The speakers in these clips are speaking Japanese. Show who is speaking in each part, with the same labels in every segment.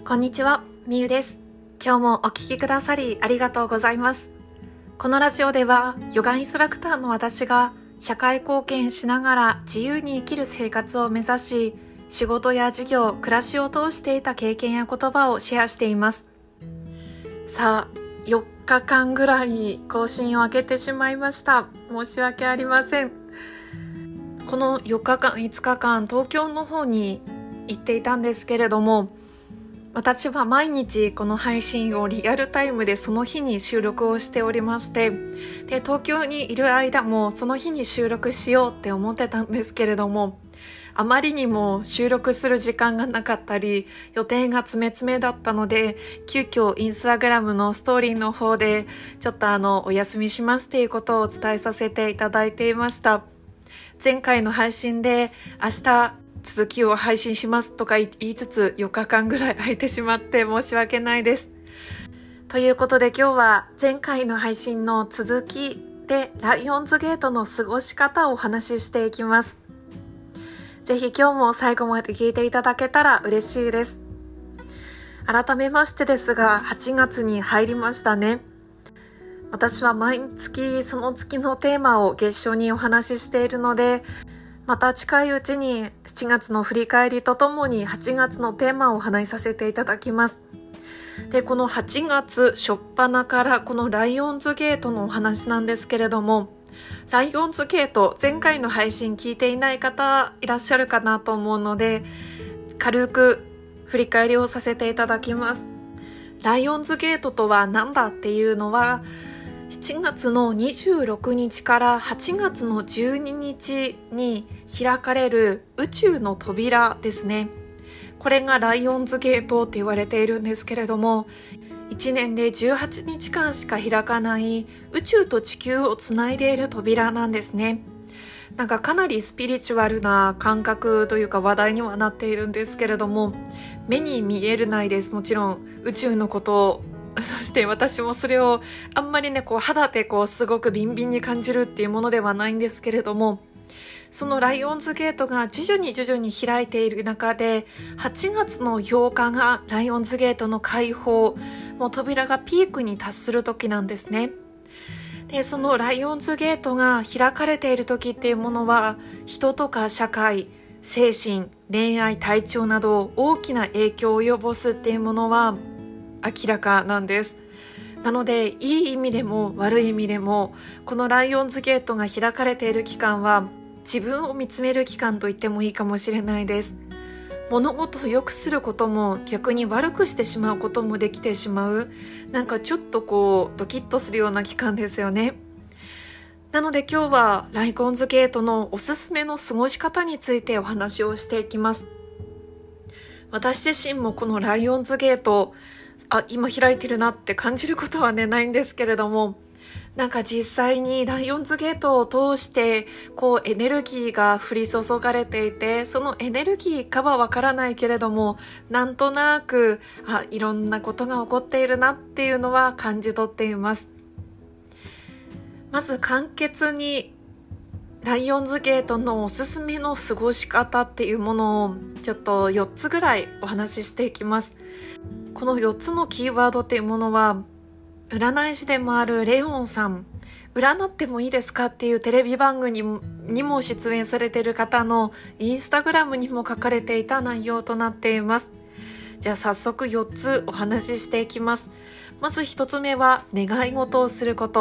Speaker 1: こんにちは、みゆです。今日もお聞きくださりありがとうございます。このラジオではヨガインストラクターの私が社会貢献しながら自由に生きる生活を目指し、仕事や事業、暮らしを通していた経験や言葉をシェアしています。さあ、4日間ぐらい更新を開けてしまいました。申し訳ありません。この4日間、5日間、東京の方に行っていたんですけれども、私は毎日この配信をリアルタイムでその日に収録をしておりまして、で東京にいる間もその日に収録しようって思ってたんですけれども、あまりにも収録する時間がなかったり予定が詰め詰めだったので、急遽インスタグラムのストーリーの方でちょっとお休みしますっていうことをお伝えさせていただいていました。前回の配信で明日続きを配信しますとか言いつつ4日間ぐらい空いてしまって申し訳ないです。ということで今日は前回の配信の続きでライオンズゲートの過ごし方をお話ししていきます。ぜひ今日も最後まで聞いていただけたら嬉しいです。改めましてですが8月に入りましたね。私は毎月その月のテーマを月初にお話ししているので、また近いうちに7月の振り返りとともに8月のテーマをお話しさせていただきます。で、この8月初っ端からこのライオンズゲートのお話なんですけれども、ライオンズゲート、前回の配信聞いていない方いらっしゃるかなと思うので、軽く振り返りをさせていただきます。ライオンズゲートとは何だっていうのは、7月の26日から8月の12日に開かれる宇宙の扉ですね。これがライオンズゲートって言われているんですけれども、1年で18日間しか開かない宇宙と地球をつないでいる扉なんですね。なんかかなりスピリチュアルな感覚というか話題にはなっているんですけれども、目に見えるないです。もちろん宇宙のことを、そして私もそれをあんまりね、肌ですごくビンビンに感じるっていうものではないんですけれども、そのライオンズゲートが徐々に開いている中で、8月の8日がライオンズゲートの開放、もう扉がピークに達する時なんですね。で、そのライオンズゲートが開かれている時っていうものは、人とか社会、精神、恋愛、体調など大きな影響を及ぼすっていうものは明らかなんです。なのでいい意味でも悪い意味でも、このライオンズゲートが開かれている期間は自分を見つめる期間と言ってもいいかもしれないです。物事を良くすることも逆に悪くしてしまうこともできてしまう、なんかちょっとドキッとするような期間ですよね。なので今日はライオンズゲートのおすすめの過ごし方についてお話をしていきます。私自身もこのライオンズゲート、今開いてるなって感じることはね、ないんですけれども、なんか実際にライオンズゲートを通してエネルギーが降り注がれていて、そのエネルギーかはわからないけれども、なんとなくいろんなことが起こっているなっていうのは感じ取っています。まず簡潔にライオンズゲートのおすすめの過ごし方っていうものをちょっと4つぐらいお話ししていきます。この4つのキーワードっていうものは、占い師でもあるレオンさん、占ってもいいですかっていうテレビ番組にも出演されている方のインスタグラムにも書かれていた内容となっています。じゃあ早速4つお話ししていきます。まず1つ目は願い事をすること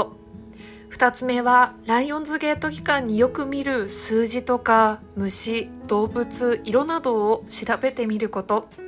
Speaker 1: 。2つ目はライオンズゲート期間によく見る数字とか虫、動物、色などを調べてみること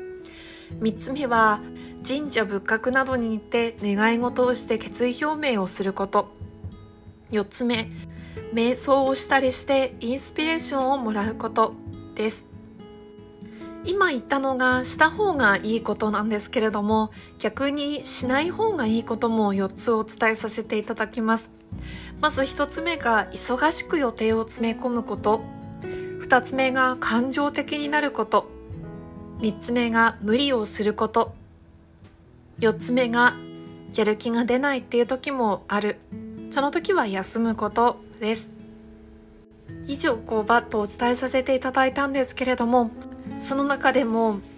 Speaker 1: 。3つ目は神社仏閣などに行って願い事をして決意表明をすること。4つ目、瞑想をしたりしてインスピレーションをもらうことです。今言ったのがした方がいいことなんですけれども、逆にしない方がいいことも4つお伝えさせていただきます。まず1つ目が忙しく予定を詰め込むこと。2つ目が感情的になること。3つ目が無理をすること。4つ目がやる気が出ないっていう時もある。その時は休むことです。以上バッとお伝えさせていただいたんですけれども、その中でも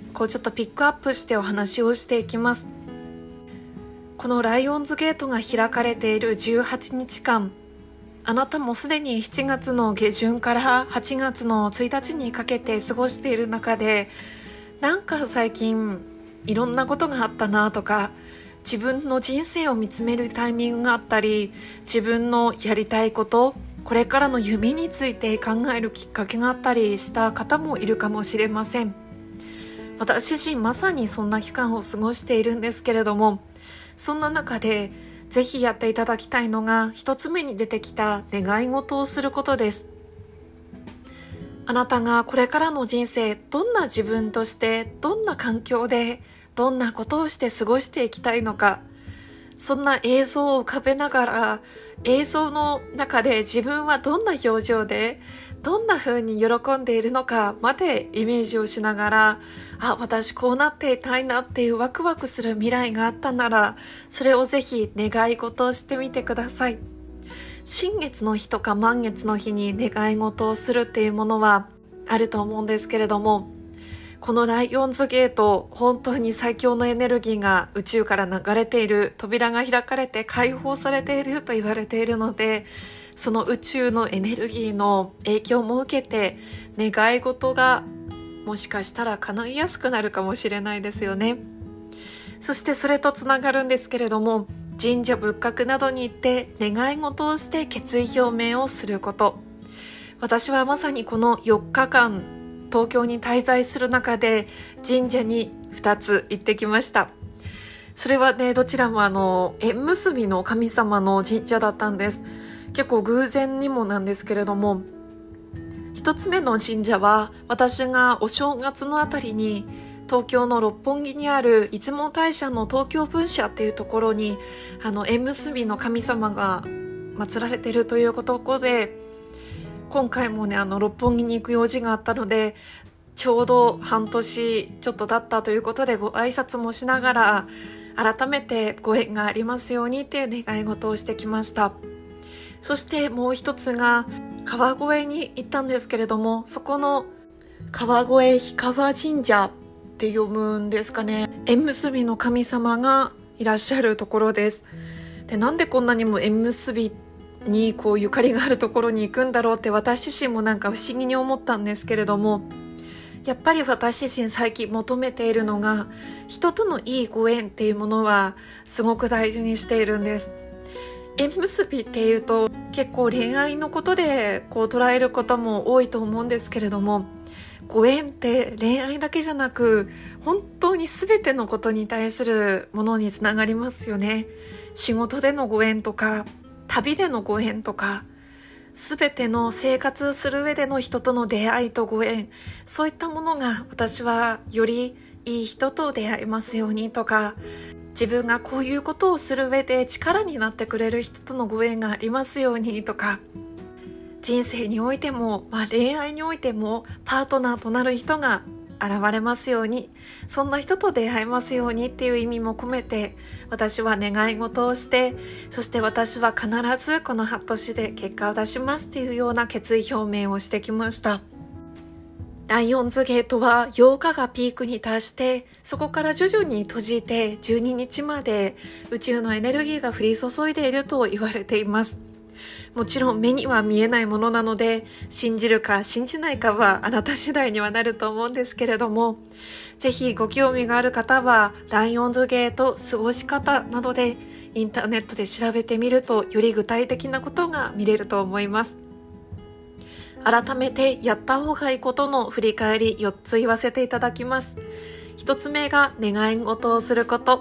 Speaker 1: ちょっとピックアップしてお話をしていきます。このライオンズゲートが開かれている18日間、あなたもすでに7月の下旬から8月の1日にかけて過ごしている中で、なんか最近いろんなことがあったなとか、自分の人生を見つめるタイミングがあったり、自分のやりたいこと、これからの夢について考えるきっかけがあったりした方もいるかもしれません。私自身まさにそんな期間を過ごしているんですけれども、そんな中でぜひやっていただきたいのが、一つ目に出てきた願い事をすることです。あなたがこれからの人生、どんな自分として、どんな環境で、どんなことをして過ごしていきたいのか、そんな映像を浮かべながら、映像の中で自分はどんな表情で、どんな風に喜んでいるのかまでイメージをしながら、私こうなっていたいなっていうワクワクする未来があったなら、それをぜひ願い事をしてみてください。新月の日とか満月の日に願い事をするっていうものはあると思うんですけれども、このライオンズゲート、本当に最強のエネルギーが宇宙から流れている、扉が開かれて解放されていると言われているので、その宇宙のエネルギーの影響も受けて、願い事がもしかしたら叶いやすくなるかもしれないですよね。そしてそれとつながるんですけれども、神社仏閣などに行って願い事をして決意表明をすること。私はまさにこの4日間、東京に滞在する中で神社に2つ行ってきました。それはね、どちらも縁結びの神様の神社だったんです。結構偶然にもなんですけれども、一つ目の神社は、私がお正月のあたりに東京の六本木にある出雲大社の東京分社っていうところに縁結びの神様が祀られているということで、今回もね六本木に行く用事があったので、ちょうど半年ちょっと経ったということでご挨拶もしながら、改めてご縁がありますようにっていう願い事をしてきました。そしてもう一つが川越に行ったんですけれども、そこの川越氷川神社って読むんですかね、縁結びの神様がいらっしゃるところです。で、なんでこんなにも縁結びにゆかりがあるところに行くんだろうって、私自身もなんか不思議に思ったんですけれども、やっぱり私自身最近求めているのが、人とのいいご縁っていうものはすごく大事にしているんです。縁結びっていうと結構恋愛のことで捉えることも多いと思うんですけれども、ご縁って恋愛だけじゃなく、本当に全てのことに対するものにつながりますよね。仕事でのご縁とか、旅でのご縁とか、全ての生活する上での人との出会いとご縁、そういったものが私はよりいい人と出会えますようにとか、自分がこういうことをする上で力になってくれる人とのご縁がありますようにとか、人生においても、恋愛においてもパートナーとなる人が現れますように、そんな人と出会えますようにっていう意味も込めて、私は願い事をして、そして私は必ずこの半年で結果を出しますっていうような決意表明をしてきました。ライオンズゲートは8日がピークに達して、そこから徐々に閉じて12日まで宇宙のエネルギーが降り注いでいると言われています。もちろん目には見えないものなので、信じるか信じないかはあなた次第にはなると思うんですけれども、ぜひご興味がある方はライオンズゲート過ごし方などでインターネットで調べてみると、より具体的なことが見れると思います。改めてやった方がいいことの振り返り4つ言わせていただきます。1つ目が願い事をすること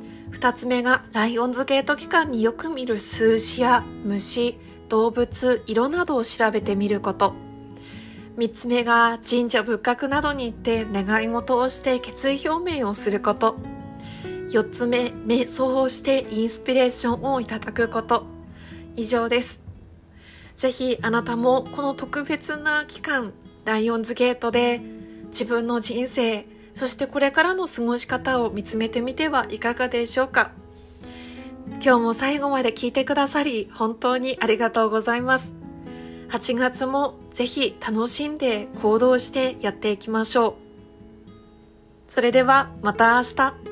Speaker 1: 。2つ目がライオンズゲート期間によく見る数字や虫、動物、色などを調べてみること。3つ目が神社仏閣などに行って願い事をして決意表明をすること。4つ目、瞑想をしてインスピレーションをいただくこと。以上です。ぜひあなたもこの特別な期間、ライオンズゲートで自分の人生、そしてこれからの過ごし方を見つめてみてはいかがでしょうか。今日も最後まで聞いてくださり本当にありがとうございます。8月もぜひ楽しんで行動してやっていきましょう。 それではまた明日。